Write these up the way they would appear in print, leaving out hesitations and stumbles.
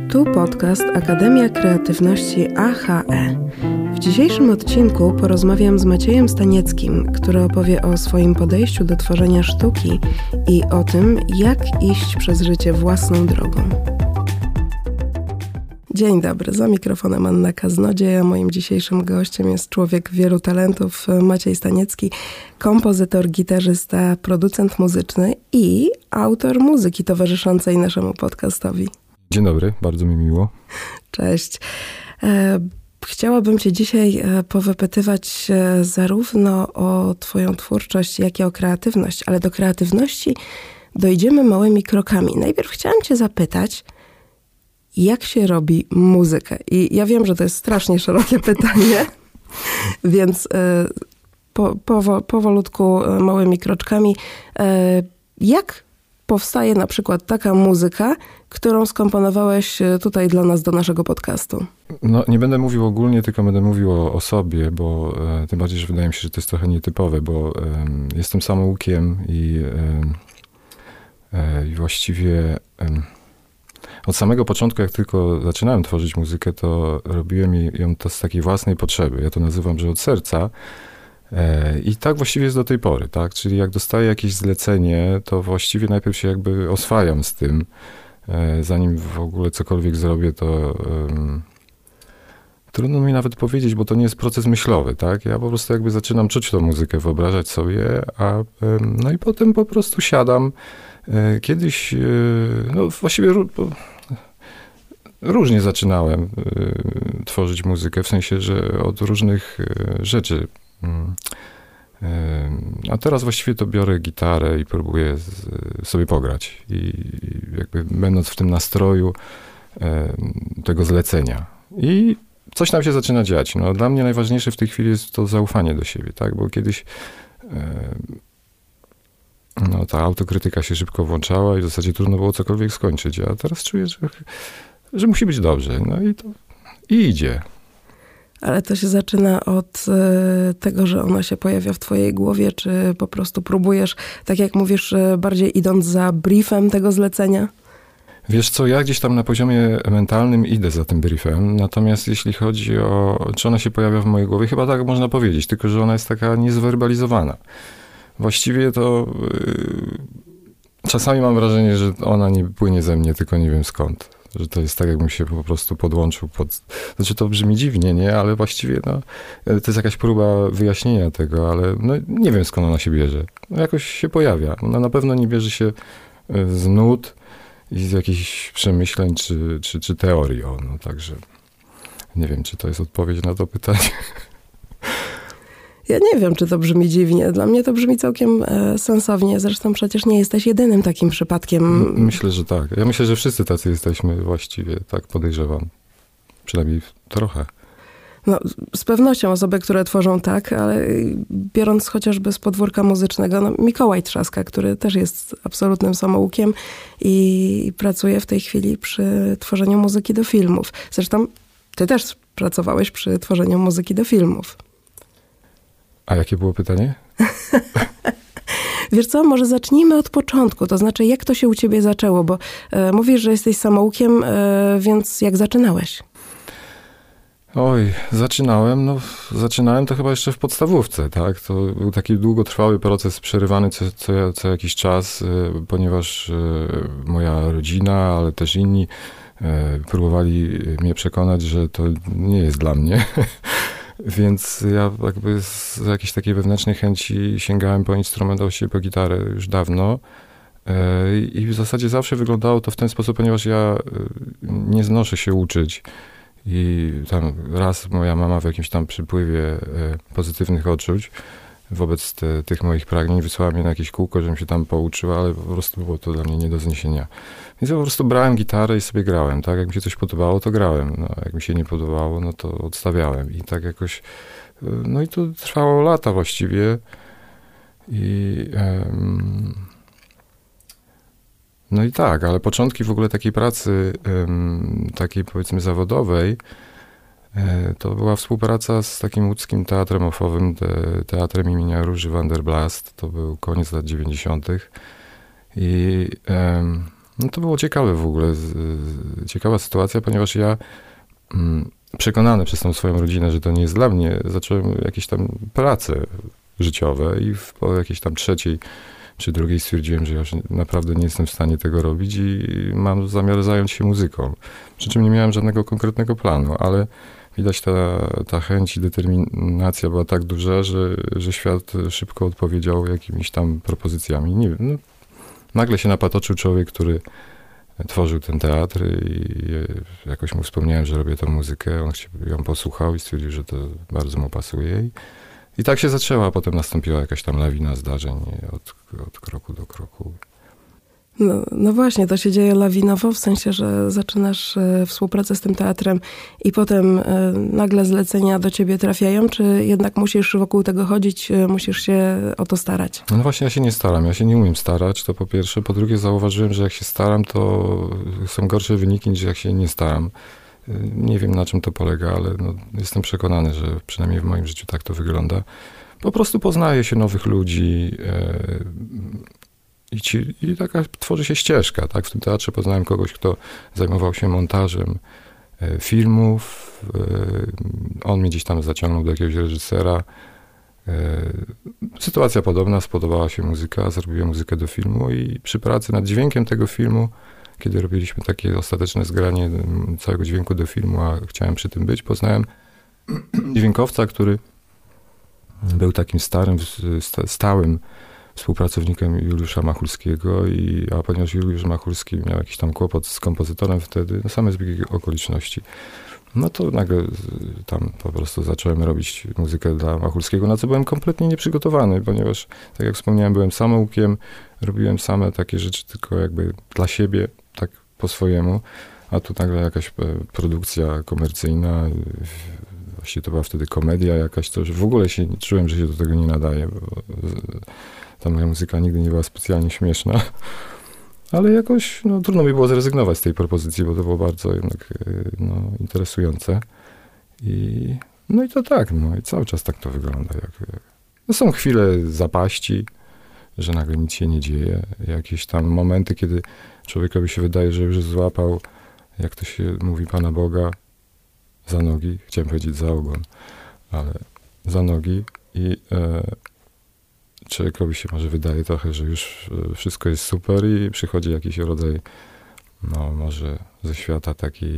Tu podcast Akademia Kreatywności AHE. W dzisiejszym odcinku porozmawiam z Maciejem Stanieckim, który opowie o swoim podejściu do tworzenia sztuki i o tym, jak iść przez życie własną drogą. Dzień dobry, za mikrofonem Anna Kaznodzieja. Moim dzisiejszym gościem jest człowiek wielu talentów, Maciej Staniecki, kompozytor, gitarzysta, producent muzyczny i autor muzyki towarzyszącej naszemu podcastowi. Dzień dobry, bardzo mi miło. Cześć. Chciałabym cię dzisiaj powypytywać zarówno o twoją twórczość, jak i o kreatywność, ale do kreatywności dojdziemy małymi krokami. Najpierw chciałam cię zapytać, jak się robi muzykę? I ja wiem, że to jest strasznie szerokie pytanie, więc powolutku, małymi kroczkami. Jak powstaje na przykład taka muzyka, którą skomponowałeś tutaj dla nas do naszego podcastu? No, nie będę mówił ogólnie, tylko będę mówił o sobie, bo tym bardziej, że wydaje mi się, że to jest trochę nietypowe, bo jestem samoukiem i właściwie od samego początku, jak tylko zaczynałem tworzyć muzykę, to robiłem ją to z takiej własnej potrzeby. Ja to nazywam, że od serca. I tak właściwie jest do tej pory, tak? Czyli jak dostaję jakieś zlecenie, to właściwie najpierw się jakby oswajam z tym. Zanim w ogóle cokolwiek zrobię, to trudno mi nawet powiedzieć, bo to nie jest proces myślowy, tak? Ja po prostu jakby zaczynam czuć tą muzykę, wyobrażać sobie, no i potem po prostu siadam. Kiedyś, no właściwie różnie zaczynałem tworzyć muzykę, w sensie, że od różnych rzeczy. A teraz właściwie to biorę gitarę i próbuję sobie pograć. I jakby będąc w tym nastroju tego zlecenia. I coś tam się zaczyna dziać. No, dla mnie najważniejsze w tej chwili jest to zaufanie do siebie, tak? Bo kiedyś no, ta autokrytyka się szybko włączała i w zasadzie trudno było cokolwiek skończyć. A teraz czuję, że musi być dobrze. No i idzie. Ale to się zaczyna od tego, że ono się pojawia w twojej głowie, czy po prostu próbujesz, tak jak mówisz, bardziej idąc za briefem tego zlecenia? Wiesz co, ja gdzieś tam na poziomie mentalnym idę za tym briefem, natomiast jeśli chodzi o, czy ona się pojawia w mojej głowie, chyba tak można powiedzieć, tylko że ona jest taka niezwerbalizowana. Właściwie to czasami mam wrażenie, że ona nie płynie ze mnie, tylko nie wiem skąd. Że to jest tak, jakbym się po prostu podłączył Znaczy to brzmi dziwnie, nie? Ale właściwie no, to jest jakaś próba wyjaśnienia tego, ale no, nie wiem skąd ona się bierze. No, jakoś się pojawia. Ona na pewno nie bierze się z nut i z jakichś przemyśleń czy teorii. No, także nie wiem, czy to jest odpowiedź na to pytanie. Ja nie wiem, czy to brzmi dziwnie. Dla mnie to brzmi całkiem sensownie. Zresztą przecież nie jesteś jedynym takim przypadkiem. Myślę, że tak. Ja myślę, że wszyscy tacy jesteśmy właściwie, tak podejrzewam. Przynajmniej trochę. No, z pewnością osoby, które tworzą tak, ale biorąc chociażby z podwórka muzycznego, no, Mikołaj Trzaska, który też jest absolutnym samoukiem i pracuje w tej chwili przy tworzeniu muzyki do filmów. Zresztą ty też pracowałeś przy tworzeniu muzyki do filmów. A jakie było pytanie? Wiesz co, może zacznijmy od początku, to znaczy jak to się u ciebie zaczęło, bo mówisz, że jesteś samoukiem, więc jak zaczynałeś? Oj, zaczynałem to chyba jeszcze w podstawówce, tak? To był taki długotrwały proces przerywany co jakiś czas, ponieważ moja rodzina, ale też inni próbowali mnie przekonać, że to nie jest dla mnie. Więc ja jakby z jakiejś takiej wewnętrznej chęci sięgałem po instrument, właściwie po gitarę już dawno. I w zasadzie zawsze wyglądało to w ten sposób, ponieważ ja nie znoszę się uczyć. I tam raz moja mama w jakimś tam przypływie pozytywnych odczuć wobec tych moich pragnień wysłała mnie na jakieś kółko, żebym się tam pouczyła, ale po prostu było to dla mnie nie do zniesienia. Więc ja po prostu brałem gitarę i sobie grałem, tak? Jak mi się coś podobało, to grałem. No, jak mi się nie podobało, no to odstawiałem. I tak jakoś, no i to trwało lata właściwie. No i tak, ale początki w ogóle takiej pracy, takiej powiedzmy zawodowej, to była współpraca z takim łódzkim teatrem ofowym, teatrem imienia Róży van der Blast. To był koniec lat 90. I No to było ciekawe w ogóle, ciekawa sytuacja, ponieważ ja przekonany przez tą swoją rodzinę, że to nie jest dla mnie, zacząłem jakieś tam prace życiowe i po jakiejś tam trzeciej czy drugiej stwierdziłem, że ja już naprawdę nie jestem w stanie tego robić i mam zamiar zająć się muzyką. Przy czym nie miałem żadnego konkretnego planu, ale widać ta chęć i determinacja była tak duża, że świat szybko odpowiedział jakimiś tam propozycjami. Nie wiem, no, nagle się napatoczył człowiek, który tworzył ten teatr i jakoś mu wspomniałem, że robię tą muzykę. On ją posłuchał i stwierdził, że to bardzo mu pasuje. I tak się zaczęła, a potem nastąpiła jakaś tam lawina zdarzeń od kroku do kroku. No właśnie, to się dzieje lawinowo, w sensie, że zaczynasz współpracę z tym teatrem i potem nagle zlecenia do ciebie trafiają, czy jednak musisz wokół tego chodzić, musisz się o to starać? No właśnie, ja się nie staram, ja się nie umiem starać, to po pierwsze. Po drugie zauważyłem, że jak się staram, to są gorsze wyniki niż jak się nie staram. Nie wiem, na czym to polega, ale no, jestem przekonany, że przynajmniej w moim życiu tak to wygląda. Po prostu poznaje się nowych ludzi i taka tworzy się ścieżka. Tak? W tym teatrze poznałem kogoś, kto zajmował się montażem filmów. On mnie gdzieś tam zaciągnął do jakiegoś reżysera. Sytuacja podobna, spodobała się muzyka, zrobiłem muzykę do filmu i przy pracy nad dźwiękiem tego filmu, kiedy robiliśmy takie ostateczne zgranie całego dźwięku do filmu, a chciałem przy tym być, poznałem dźwiękowca, który był takim stałym współpracownikiem Juliusza Machulskiego, a ponieważ Juliusz Machulski miał jakiś tam kłopot z kompozytorem wtedy, no same zbiegi okoliczności, no to nagle tam po prostu zacząłem robić muzykę dla Machulskiego, na co byłem kompletnie nieprzygotowany, ponieważ, tak jak wspomniałem, byłem samoukiem, robiłem same takie rzeczy tylko jakby dla siebie, tak po swojemu, a tu nagle jakaś produkcja komercyjna, właściwie to była wtedy komedia jakaś, to już w ogóle się czułem, że się do tego nie nadaje, bo ta moja muzyka nigdy nie była specjalnie śmieszna. Ale jakoś trudno mi było zrezygnować z tej propozycji, bo to było bardzo jednak interesujące. I to tak, i cały czas tak to wygląda. Są chwile zapaści, że nagle nic się nie dzieje. Jakieś tam momenty, kiedy człowiekowi się wydaje, że już złapał, jak to się mówi, Pana Boga za nogi. Chciałem powiedzieć za ogon, ale za nogi i człowiekowi się może wydaje trochę, że już wszystko jest super i przychodzi jakiś rodzaj, może ze świata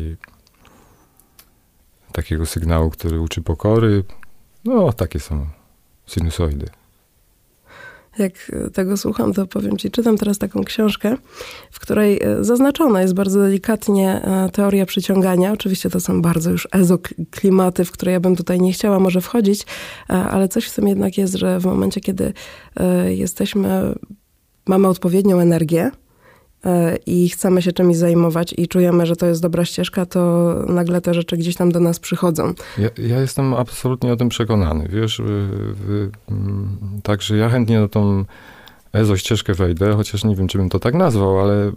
takiego sygnału, który uczy pokory. Takie są sinusoidy. Jak tego słucham, to powiem ci, czytam teraz taką książkę, w której zaznaczona jest bardzo delikatnie teoria przyciągania. Oczywiście to są bardzo już ezoklimaty, w które ja bym tutaj nie chciała może wchodzić, ale coś w tym jednak jest, że w momencie, kiedy mamy odpowiednią energię i chcemy się czymś zajmować i czujemy, że to jest dobra ścieżka, to nagle te rzeczy gdzieś tam do nas przychodzą. Ja jestem absolutnie o tym przekonany. Wiesz, także ja chętnie na tą EZO ścieżkę wejdę, chociaż nie wiem, czy bym to tak nazwał, ale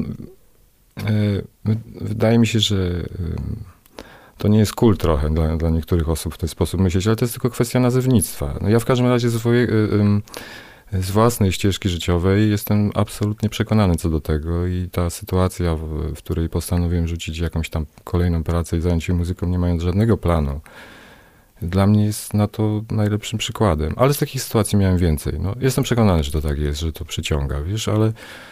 wydaje mi się, że to nie jest cool trochę dla niektórych osób w ten sposób myśleć, ale to jest tylko kwestia nazewnictwa. Ja w każdym razie z własnej ścieżki życiowej jestem absolutnie przekonany co do tego i ta sytuacja, w której postanowiłem rzucić jakąś tam kolejną pracę i zająć się muzyką, nie mając żadnego planu, dla mnie jest na to najlepszym przykładem. Ale z takich sytuacji miałem więcej. Jestem przekonany, że to tak jest, że to przyciąga, wiesz, ale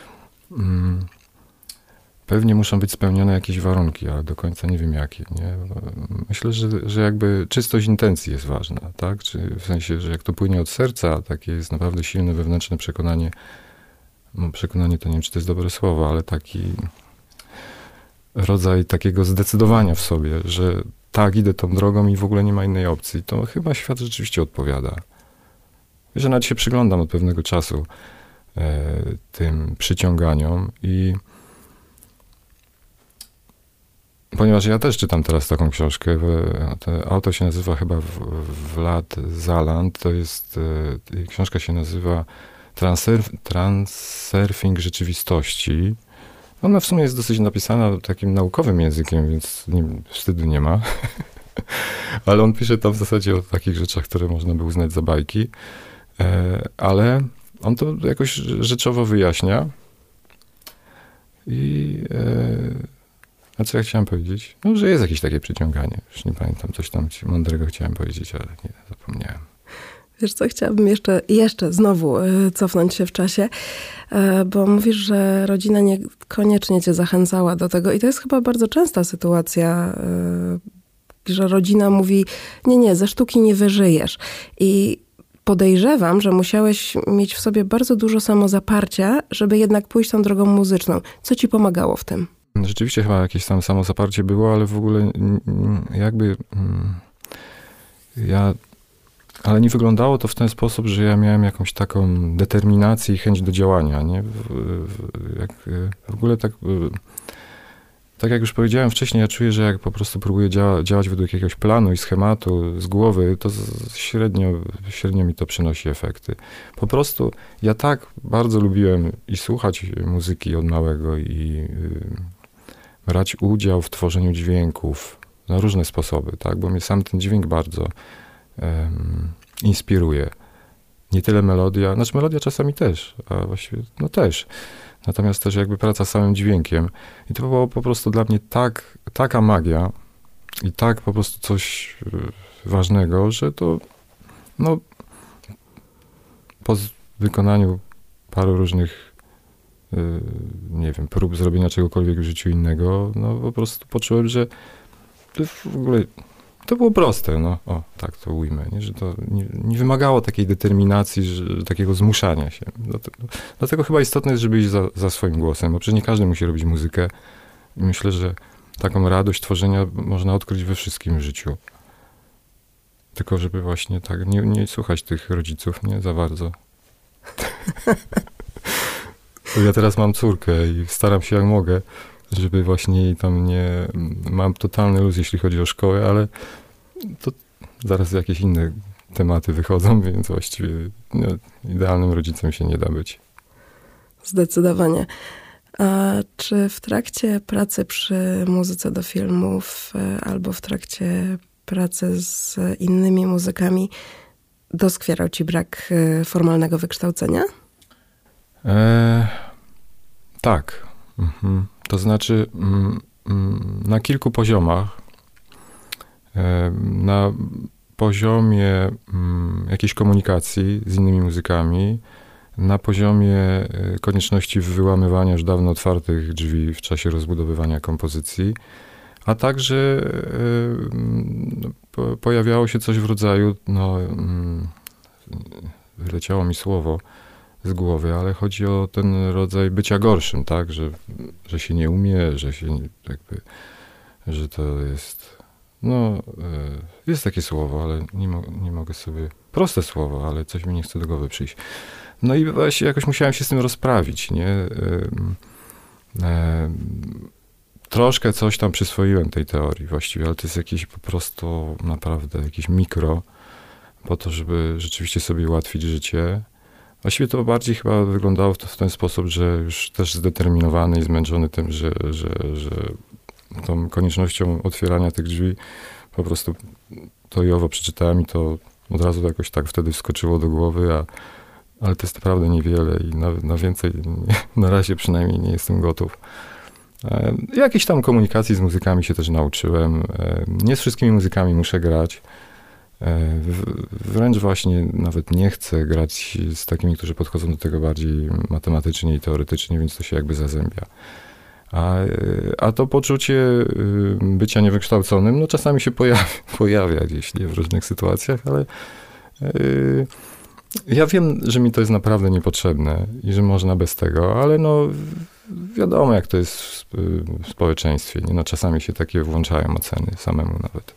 pewnie muszą być spełnione jakieś warunki, ale do końca nie wiem jakie, nie? Myślę, że jakby czystość intencji jest ważna, tak? W sensie, że jak to płynie od serca, takie jest naprawdę silne wewnętrzne przekonanie, przekonanie to nie wiem, czy to jest dobre słowo, ale taki rodzaj takiego zdecydowania w sobie, że tak, idę tą drogą i w ogóle nie ma innej opcji, to chyba świat rzeczywiście odpowiada. Wiesz, że nawet się przyglądam od pewnego czasu tym przyciąganiom i ponieważ ja też czytam teraz taką książkę, autor się nazywa chyba Vlad Zaland, to jest, książka się nazywa Transurfing rzeczywistości. Ona w sumie jest dosyć napisana takim naukowym językiem, więc wstydu nie ma. Ale on pisze tam w zasadzie o takich rzeczach, które można by uznać za bajki. Ale on to jakoś rzeczowo wyjaśnia. A co ja chciałem powiedzieć? No, że jest jakieś takie przyciąganie. Już nie pamiętam, coś tam mądrego chciałem powiedzieć, ale nie, zapomniałem. Wiesz co, chciałabym jeszcze znowu cofnąć się w czasie, bo mówisz, że rodzina niekoniecznie cię zachęcała do tego i to jest chyba bardzo częsta sytuacja, że rodzina mówi, nie, ze sztuki nie wyżyjesz. I podejrzewam, że musiałeś mieć w sobie bardzo dużo samozaparcia, żeby jednak pójść tą drogą muzyczną. Co ci pomagało w tym? Rzeczywiście chyba jakieś tam samozaparcie było, ale w ogóle jakby ale nie wyglądało to w ten sposób, że ja miałem jakąś taką determinację i chęć do działania, nie? W ogóle tak jak już powiedziałem wcześniej, ja czuję, że jak po prostu próbuję działać według jakiegoś planu i schematu z głowy, to średnio mi to przynosi efekty. Po prostu ja tak bardzo lubiłem i słuchać muzyki od małego i brać udział w tworzeniu dźwięków na różne sposoby, tak? Bo mnie sam ten dźwięk bardzo inspiruje. Nie tyle melodia, znaczy melodia czasami też, a właściwie no też. Natomiast też jakby praca z samym dźwiękiem. I to było po prostu dla mnie taka magia i tak po prostu coś ważnego, że to no po wykonaniu paru różnych nie wiem, prób zrobienia czegokolwiek w życiu innego, no po prostu poczułem, że to w ogóle to było proste, no. O, tak to ujmę, nie? Że to nie wymagało takiej determinacji, takiego zmuszania się. Dlatego chyba istotne jest, żeby iść za swoim głosem, bo przecież nie każdy musi robić muzykę. I myślę, że taką radość tworzenia można odkryć we wszystkim w życiu. Tylko żeby właśnie tak nie słuchać tych rodziców, nie? Za bardzo. Ja teraz mam córkę i staram się jak mogę, żeby właśnie jej tam nie... Mam totalny luz, jeśli chodzi o szkołę, ale to zaraz jakieś inne tematy wychodzą, więc właściwie no, idealnym rodzicem się nie da być. Zdecydowanie. A czy w trakcie pracy przy muzyce do filmów albo w trakcie pracy z innymi muzykami doskwierał ci brak formalnego wykształcenia? Tak. Mhm. To znaczy na kilku poziomach. Na poziomie jakiejś komunikacji z innymi muzykami, na poziomie konieczności wyłamywania już dawno otwartych drzwi w czasie rozbudowywania kompozycji, a także pojawiało się coś w rodzaju, wyleciało mi słowo z głowy, ale chodzi o ten rodzaj bycia gorszym, tak, że się nie umie, że się jakby, że to jest, jest takie słowo, ale nie mogę sobie, proste słowo, ale coś mi nie chce do głowy przyjść. No i właśnie jakoś musiałem się z tym rozprawić, nie? Troszkę coś tam przyswoiłem tej teorii właściwie, ale to jest jakieś po prostu naprawdę jakieś mikro, po to, żeby rzeczywiście sobie ułatwić życie. Właściwie to bardziej chyba wyglądało w ten sposób, że już też zdeterminowany i zmęczony tym, że tą koniecznością otwierania tych drzwi po prostu to i owo przeczytałem i to od razu jakoś tak wtedy wskoczyło do głowy, ale to jest naprawdę niewiele i na więcej na razie przynajmniej nie jestem gotów. Jakiejś tam komunikacji z muzykami się też nauczyłem. Nie z wszystkimi muzykami muszę grać. Wręcz właśnie nawet nie chcę grać z takimi, którzy podchodzą do tego bardziej matematycznie i teoretycznie, więc to się jakby zazębia. A to poczucie bycia niewykształconym, no czasami się pojawia gdzieś, nie, w różnych sytuacjach, ale ja wiem, że mi to jest naprawdę niepotrzebne i że można bez tego, ale no wiadomo, jak to jest w społeczeństwie, nie? No czasami się takie włączają oceny samemu nawet.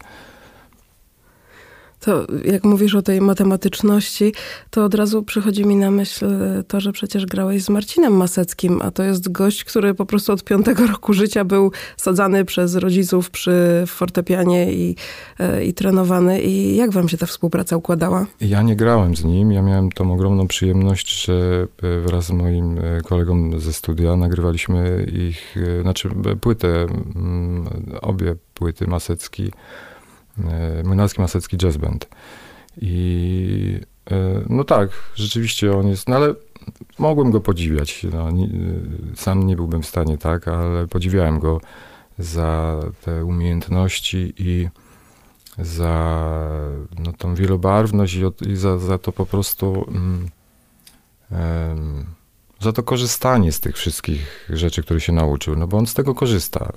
To jak mówisz o tej matematyczności, to od razu przychodzi mi na myśl to, że przecież grałeś z Marcinem Maseckim, a to jest gość, który po prostu od 5 roku życia był sadzany przez rodziców przy fortepianie i trenowany. I jak wam się ta współpraca układała? Ja nie grałem z nim. Ja miałem tą ogromną przyjemność, że wraz z moim kolegą ze studia nagrywaliśmy płytę, obie płyty Masecki, Młynarski Masecki Jazz Band. I No tak, rzeczywiście on jest, no ale mogłem go podziwiać. No, sam nie byłbym w stanie, tak, ale podziwiałem go za te umiejętności i za no, tą wielobarwność i za to po prostu za to korzystanie z tych wszystkich rzeczy, które się nauczył, no bo on z tego korzysta.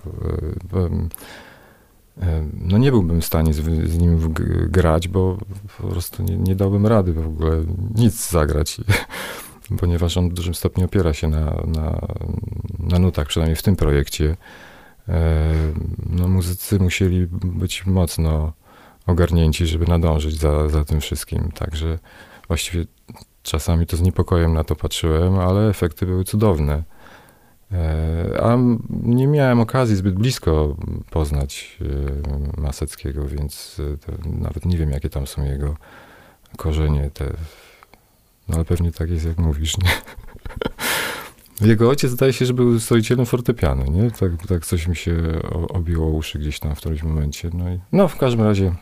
No nie byłbym w stanie z nim grać, bo po prostu nie dałbym rady w ogóle nic zagrać, ponieważ on w dużym stopniu opiera się na nutach, przynajmniej w tym projekcie. No muzycy musieli być mocno ogarnięci, żeby nadążyć za tym wszystkim, także właściwie czasami to z niepokojem na to patrzyłem, ale efekty były cudowne. A nie miałem okazji zbyt blisko poznać Maseckiego, więc nawet nie wiem, jakie tam są jego korzenie. No ale pewnie tak jest, jak mówisz, nie? Jego ojciec zdaje się, że był stroicielem fortepianu, nie? Tak coś mi się obiło uszy gdzieś tam w którymś momencie. No w każdym razie...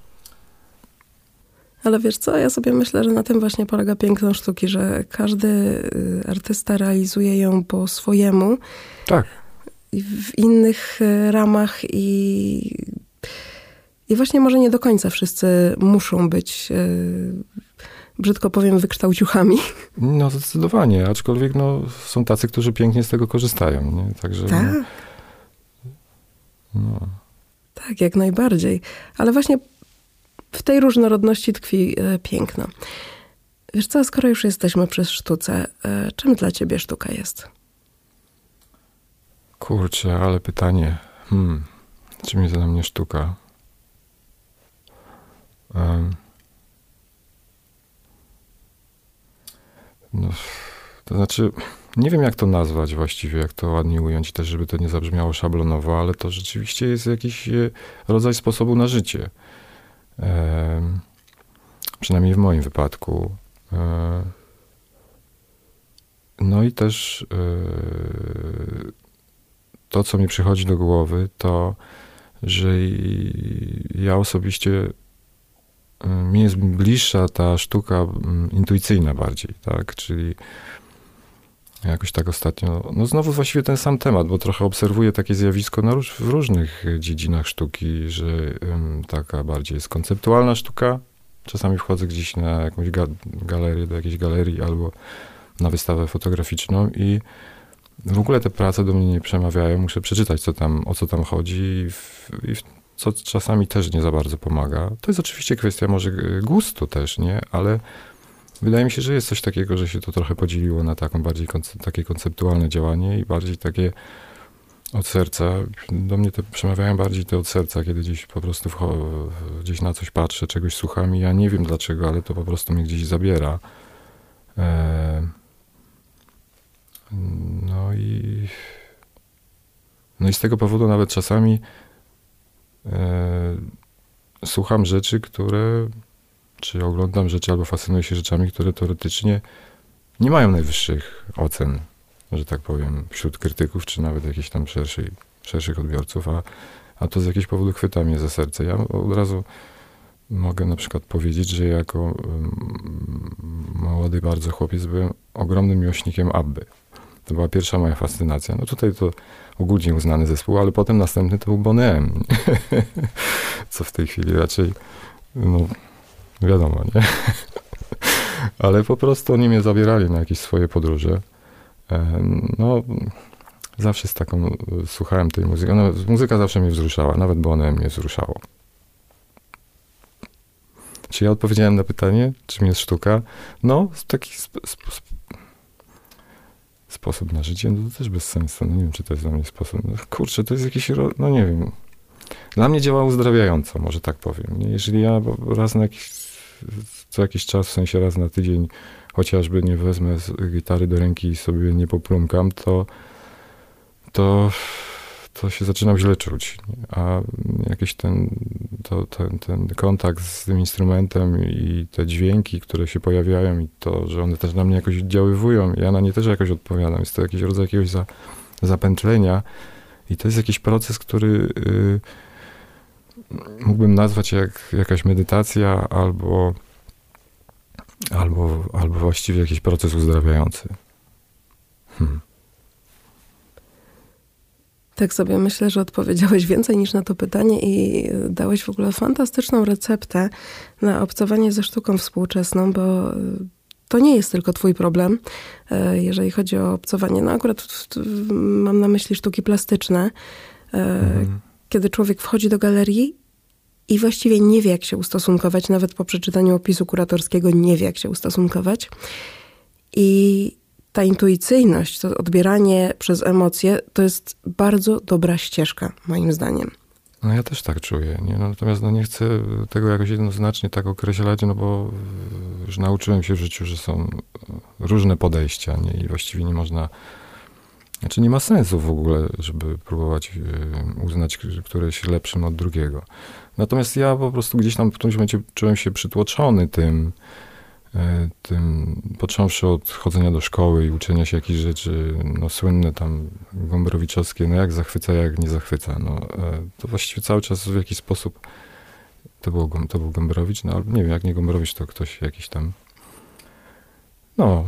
Ale wiesz co, ja sobie myślę, że na tym właśnie polega piękno sztuki, że każdy artysta realizuje ją po swojemu. Tak. I w innych ramach i właśnie może nie do końca wszyscy muszą być, brzydko powiem, wykształciuchami. No zdecydowanie, aczkolwiek no, są tacy, którzy pięknie z tego korzystają, nie? Także... Tak. No. Tak, jak najbardziej. Ale właśnie w tej różnorodności tkwi piękno. Wiesz co, skoro już jesteśmy przy sztuce, czym dla ciebie sztuka jest? Kurczę, ale pytanie. Czym jest dla mnie sztuka? No, to znaczy, nie wiem jak to nazwać właściwie, jak to ładnie ująć, też żeby to nie zabrzmiało szablonowo, ale to rzeczywiście jest jakiś rodzaj sposobu na życie. Przynajmniej w moim wypadku. No i też to, co mi przychodzi do głowy, to, że ja osobiście mi jest bliższa ta sztuka intuicyjna bardziej, tak? Czyli jakoś tak ostatnio, no znowu właściwie ten sam temat, bo trochę obserwuję takie zjawisko w różnych dziedzinach sztuki, że taka bardziej jest konceptualna sztuka. Czasami wchodzę gdzieś na jakąś galerię, do jakiejś galerii albo na wystawę fotograficzną i w ogóle te prace do mnie nie przemawiają. Muszę przeczytać, o co tam chodzi i co czasami też nie za bardzo pomaga. To jest oczywiście kwestia może gustu też, nie? Ale wydaje mi się, że jest coś takiego, że się to trochę podzieliło na taką bardziej takie konceptualne działanie i bardziej takie od serca. Do mnie te przemawiają bardziej te od serca, kiedy gdzieś po prostu gdzieś na coś patrzę, czegoś słucham i ja nie wiem dlaczego, ale to po prostu mnie gdzieś zabiera. No i z tego powodu nawet czasami słucham rzeczy, czy oglądam rzeczy, albo fascynuję się rzeczami, które teoretycznie nie mają najwyższych ocen, że tak powiem, wśród krytyków, czy nawet jakichś tam szerszych odbiorców, a to z jakiegoś powodu chwyta mnie za serce. Ja od razu mogę na przykład powiedzieć, że jako młody bardzo chłopiec byłem ogromnym miłośnikiem Abby. To była pierwsza moja fascynacja. No tutaj to ogólnie uznany zespół, ale potem następny to był Boney M. Co w tej chwili raczej, no wiadomo, nie? Ale po prostu oni mnie zabierali na jakieś swoje podróże. No, zawsze z taką słuchałem tej muzyki. Muzyka zawsze mnie wzruszała, nawet Boney M mnie wzruszało. Czy ja odpowiedziałem na pytanie, czym jest sztuka? No, taki sposób na życie, no to też bez sensu. No nie wiem, czy to jest dla mnie sposób. No, kurczę, to jest jakiś, no nie wiem. Dla mnie działa uzdrawiająco, może tak powiem. Jeżeli ja co jakiś czas, w sensie raz na tydzień, chociażby nie wezmę gitary do ręki i sobie nie poplumkam, to się zaczynam źle czuć. A jakiś ten kontakt z tym instrumentem i te dźwięki, które się pojawiają i to, że one też na mnie jakoś oddziaływują, ja na nie też jakoś odpowiadam. Jest to jakiś rodzaj jakiegoś zapętlenia i to jest jakiś proces, który mógłbym nazwać jak jakaś medytacja albo albo właściwie jakiś proces uzdrawiający. Tak sobie myślę, że odpowiedziałeś więcej niż na to pytanie i dałeś w ogóle fantastyczną receptę na obcowanie ze sztuką współczesną, bo to nie jest tylko twój problem, jeżeli chodzi o obcowanie. No akurat mam na myśli sztuki plastyczne. Kiedy człowiek wchodzi do galerii i właściwie nie wie, jak się ustosunkować, nawet po przeczytaniu opisu kuratorskiego nie wie, jak się ustosunkować. I ta intuicyjność, to odbieranie przez emocje, to jest bardzo dobra ścieżka, moim zdaniem. No ja też tak czuję, nie? No, natomiast nie chcę tego jakoś jednoznacznie tak określać, no bo już nauczyłem się w życiu, że są różne podejścia, nie? I właściwie nie można, znaczy nie ma sensu w ogóle, żeby próbować uznać któreś lepszym od drugiego. Natomiast ja po prostu gdzieś tam w którymś momencie czułem się przytłoczony tym, począwszy od chodzenia do szkoły i uczenia się jakichś rzeczy, no słynne tam gombrowiczowskie, no jak zachwyca, jak nie zachwyca, no to właściwie cały czas w jakiś sposób to był Gombrowicz, no ale nie wiem, jak nie Gombrowicz, to ktoś jakiś tam, no.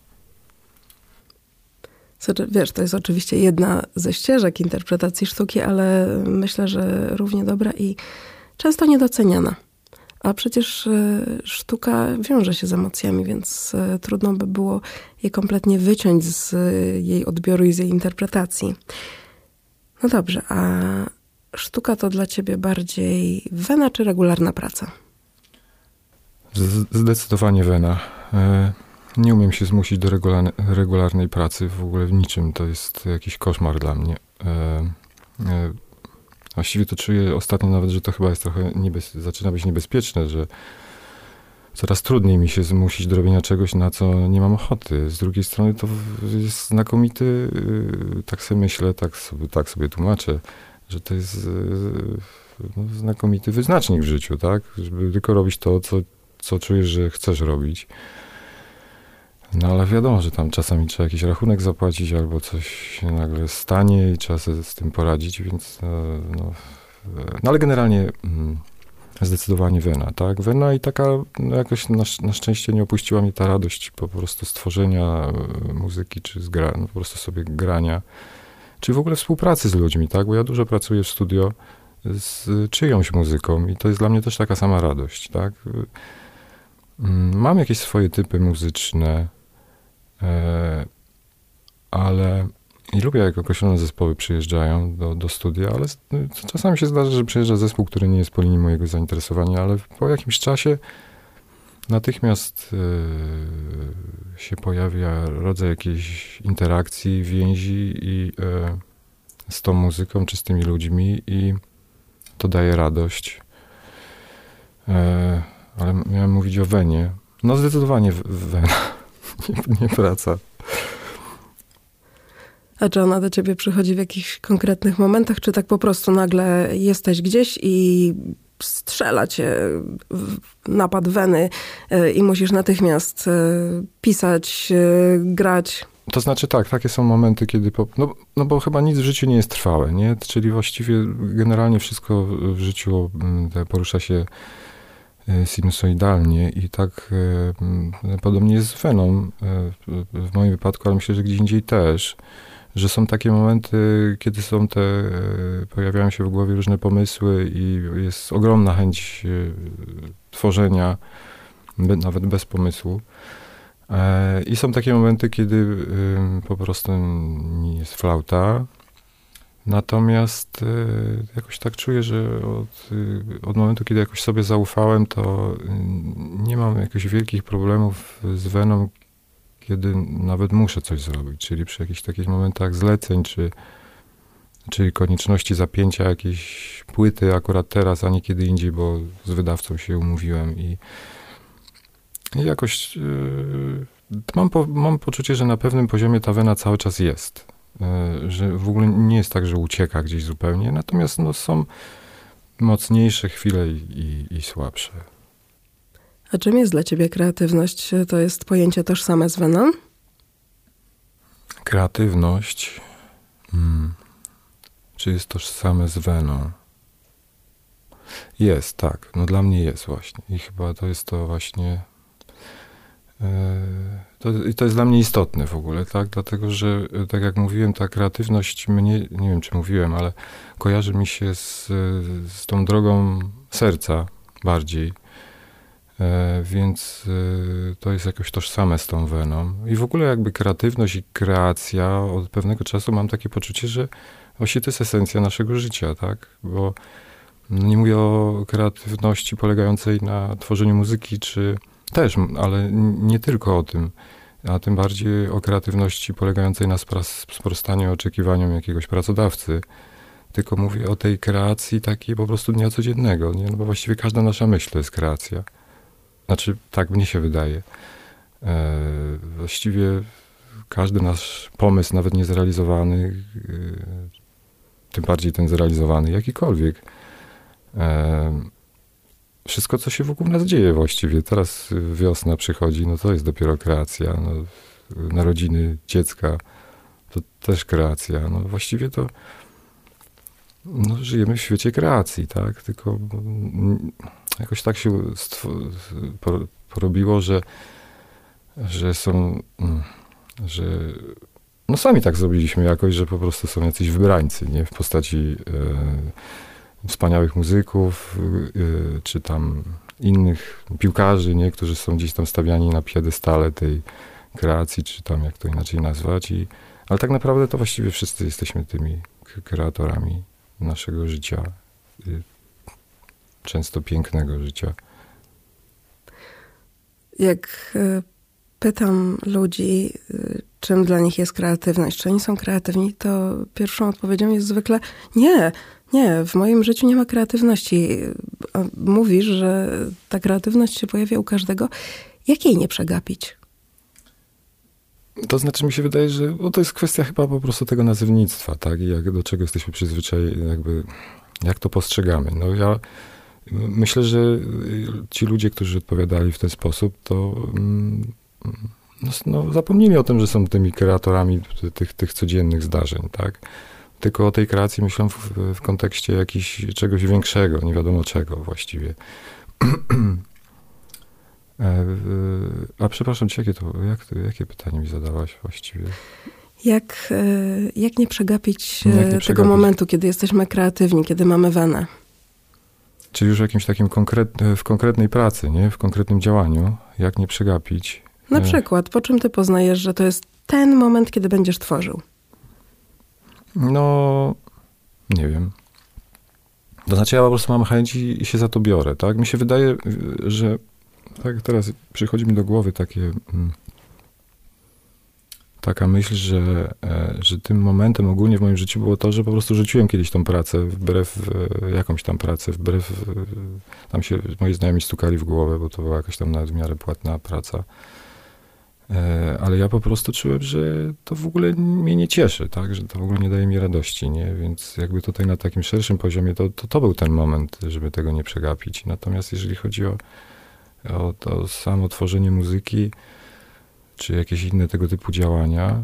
Wiesz, to jest oczywiście jedna ze ścieżek interpretacji sztuki, ale myślę, że równie dobra i często niedoceniana. A przecież sztuka wiąże się z emocjami, więc trudno by było je kompletnie wyciąć z jej odbioru i z jej interpretacji. No dobrze, a sztuka to dla ciebie bardziej wena czy regularna praca? Zdecydowanie wena. Nie umiem się zmusić do regularnej pracy w ogóle w niczym. To jest jakiś koszmar dla mnie. Właściwie to czuję ostatnio nawet, że to chyba jest trochę zaczyna być niebezpieczne, że coraz trudniej mi się zmusić do robienia czegoś, na co nie mam ochoty. Z drugiej strony to jest znakomity, tak sobie myślę, tak sobie tłumaczę, że to jest znakomity wyznacznik w życiu, tak? Żeby tylko robić to, co czujesz, że chcesz robić. No ale wiadomo, że tam czasami trzeba jakiś rachunek zapłacić, albo coś się nagle stanie i trzeba sobie z tym poradzić, więc no ale generalnie zdecydowanie wena, tak? Wena i taka, no jakoś na szczęście nie opuściła mnie ta radość po prostu stworzenia muzyki, czy no po prostu sobie grania, czy w ogóle współpracy z ludźmi, tak? Bo ja dużo pracuję w studio z czyjąś muzyką i to jest dla mnie też taka sama radość, tak? Mam jakieś swoje typy muzyczne, ale i lubię, jak określone zespoły przyjeżdżają do studia, ale czasami się zdarza, że przyjeżdża zespół, który nie jest po linii mojego zainteresowania, ale po jakimś czasie natychmiast się pojawia rodzaj jakiejś interakcji, więzi i z tą muzyką, czy z tymi ludźmi i to daje radość. Ale miałem mówić o wenie. No zdecydowanie wena, nie praca. A czy ona do ciebie przychodzi w jakichś konkretnych momentach, czy tak po prostu nagle jesteś gdzieś i strzela cię napad weny i musisz natychmiast pisać, grać? To znaczy tak, takie są momenty, kiedy... No bo chyba nic w życiu nie jest trwałe, nie? Czyli właściwie generalnie wszystko w życiu porusza się sinusoidalnie i tak podobnie jest z weną w moim wypadku, ale myślę, że gdzie indziej też, że są takie momenty, kiedy pojawiają się w głowie różne pomysły i jest ogromna chęć tworzenia, nawet bez pomysłu. I są takie momenty, kiedy po prostu nie jest flauta. Natomiast jakoś tak czuję, że od momentu, kiedy jakoś sobie zaufałem, to nie mam jakichś wielkich problemów z weną, kiedy nawet muszę coś zrobić. Czyli przy jakichś takich momentach zleceń, czy konieczności zapięcia jakiejś płyty akurat teraz, a nie kiedy indziej, bo z wydawcą się umówiłem i jakoś mam poczucie, że na pewnym poziomie ta wena cały czas jest. Że w ogóle nie jest tak, że ucieka gdzieś zupełnie, natomiast no, są mocniejsze chwile i słabsze. A czym jest dla ciebie kreatywność? To jest pojęcie tożsame z weną? Kreatywność? Czy jest tożsame z weną? Jest, tak. No dla mnie jest właśnie. I chyba to jest to właśnie To jest dla mnie istotne w ogóle, tak? Dlatego, że tak jak mówiłem, ta kreatywność mnie, nie wiem czy mówiłem, ale kojarzy mi się z tą drogą serca bardziej. Więc to jest jakoś tożsame z tą weną. I w ogóle jakby kreatywność i kreacja od pewnego czasu mam takie poczucie, że właśnie to jest esencja naszego życia, tak? Bo nie mówię o kreatywności polegającej na tworzeniu muzyki, czy też, ale nie tylko o tym, a tym bardziej o kreatywności polegającej na sprostaniu oczekiwaniom jakiegoś pracodawcy. Tylko mówię o tej kreacji takiej po prostu dnia codziennego, nie? No bo właściwie każda nasza myśl to jest kreacja. Znaczy, tak mnie się wydaje. Właściwie każdy nasz pomysł, nawet niezrealizowany, tym bardziej ten zrealizowany, jakikolwiek, wszystko, co się wokół nas dzieje właściwie. Teraz wiosna przychodzi, no to jest dopiero kreacja. No, narodziny dziecka to też kreacja. No właściwie to no, żyjemy w świecie kreacji, tak? Tylko jakoś tak się porobiło, że są, że no sami tak zrobiliśmy jakoś, że po prostu są jacyś wybrańcy, nie? W postaci wspaniałych muzyków, czy tam innych piłkarzy, nie? Którzy są gdzieś tam stawiani na piedestale tej kreacji, czy tam jak to inaczej nazwać. Ale tak naprawdę to właściwie wszyscy jesteśmy tymi kreatorami naszego życia. Często pięknego życia. Jak pytam ludzi, czym dla nich jest kreatywność, czy oni są kreatywni, to pierwszą odpowiedzią jest zwykle nie, w moim życiu nie ma kreatywności. A mówisz, że ta kreatywność się pojawia u każdego. Jak jej nie przegapić? To znaczy mi się wydaje, że to jest kwestia chyba po prostu tego nazewnictwa, tak? I do czego jesteśmy przyzwyczajeni, jakby jak to postrzegamy. No ja myślę, że ci ludzie, którzy odpowiadali w ten sposób, to no, zapomnieli o tym, że są tymi kreatorami tych codziennych zdarzeń, tak? Tylko o tej kreacji myślą w kontekście czegoś większego, nie wiadomo czego właściwie. A przepraszam cię, jakie pytanie mi zadałaś właściwie? Jak nie przegapić tego momentu, kiedy jesteśmy kreatywni, kiedy mamy wenę? Czyli już w jakimś takim w konkretnej pracy, nie? W konkretnym działaniu. Jak nie przegapić? Na przykład, po czym ty poznajesz, że to jest ten moment, kiedy będziesz tworzył? No, nie wiem. To znaczy ja po prostu mam chęć i się za to biorę, tak? Mi się wydaje, że tak teraz przychodzi mi do głowy taka myśl, że tym momentem ogólnie w moim życiu było to, że po prostu rzuciłem kiedyś tą pracę, wbrew jakąś tam pracę, tam się moi znajomi stukali w głowę, bo to była jakaś tam nawet w miarę płatna praca. Ale ja po prostu czułem, że to w ogóle mnie nie cieszy, tak? Że to w ogóle nie daje mi radości, nie? Więc jakby tutaj na takim szerszym poziomie to był ten moment, żeby tego nie przegapić. Natomiast jeżeli chodzi o to samo tworzenie muzyki, czy jakieś inne tego typu działania,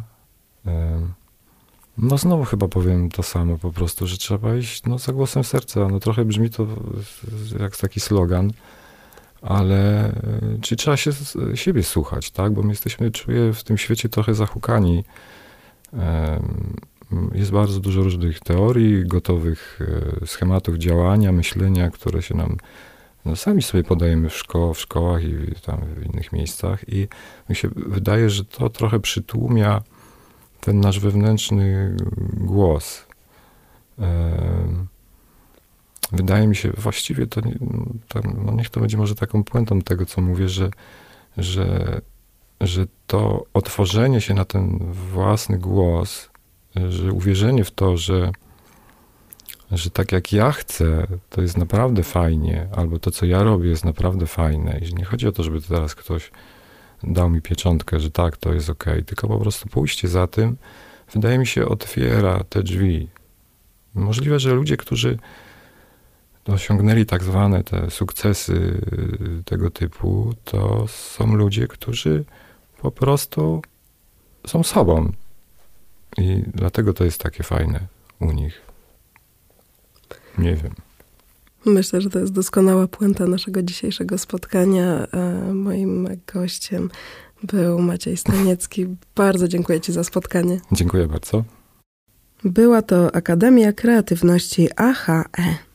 no znowu chyba powiem to samo po prostu, że trzeba iść za głosem serca. No trochę brzmi to jak taki slogan, ale czy trzeba siebie słuchać, tak? Bo my jesteśmy, czuję, w tym świecie trochę zahukani. Jest bardzo dużo różnych teorii, gotowych schematów działania, myślenia, które się nam sami sobie podajemy w szkołach i tam w innych miejscach i mi się wydaje, że to trochę przytłumia ten nasz wewnętrzny głos. Wydaje mi się, właściwie to niech to będzie może taką puentą tego, co mówię, że to otworzenie się na ten własny głos, że uwierzenie w to, że tak jak ja chcę, to jest naprawdę fajnie, albo to, co ja robię, jest naprawdę fajne. I że nie chodzi o to, żeby teraz ktoś dał mi pieczątkę, że tak, to jest okej, tylko po prostu pójście za tym, wydaje mi się, otwiera te drzwi. Możliwe, że ludzie, którzy osiągnęli tak zwane te sukcesy tego typu, to są ludzie, którzy po prostu są sobą. I dlatego to jest takie fajne u nich. Nie wiem. Myślę, że to jest doskonała puenta naszego dzisiejszego spotkania. Moim gościem był Maciej Staniecki. Bardzo dziękuję Ci za spotkanie. Dziękuję bardzo. Była to Akademia Kreatywności AHE.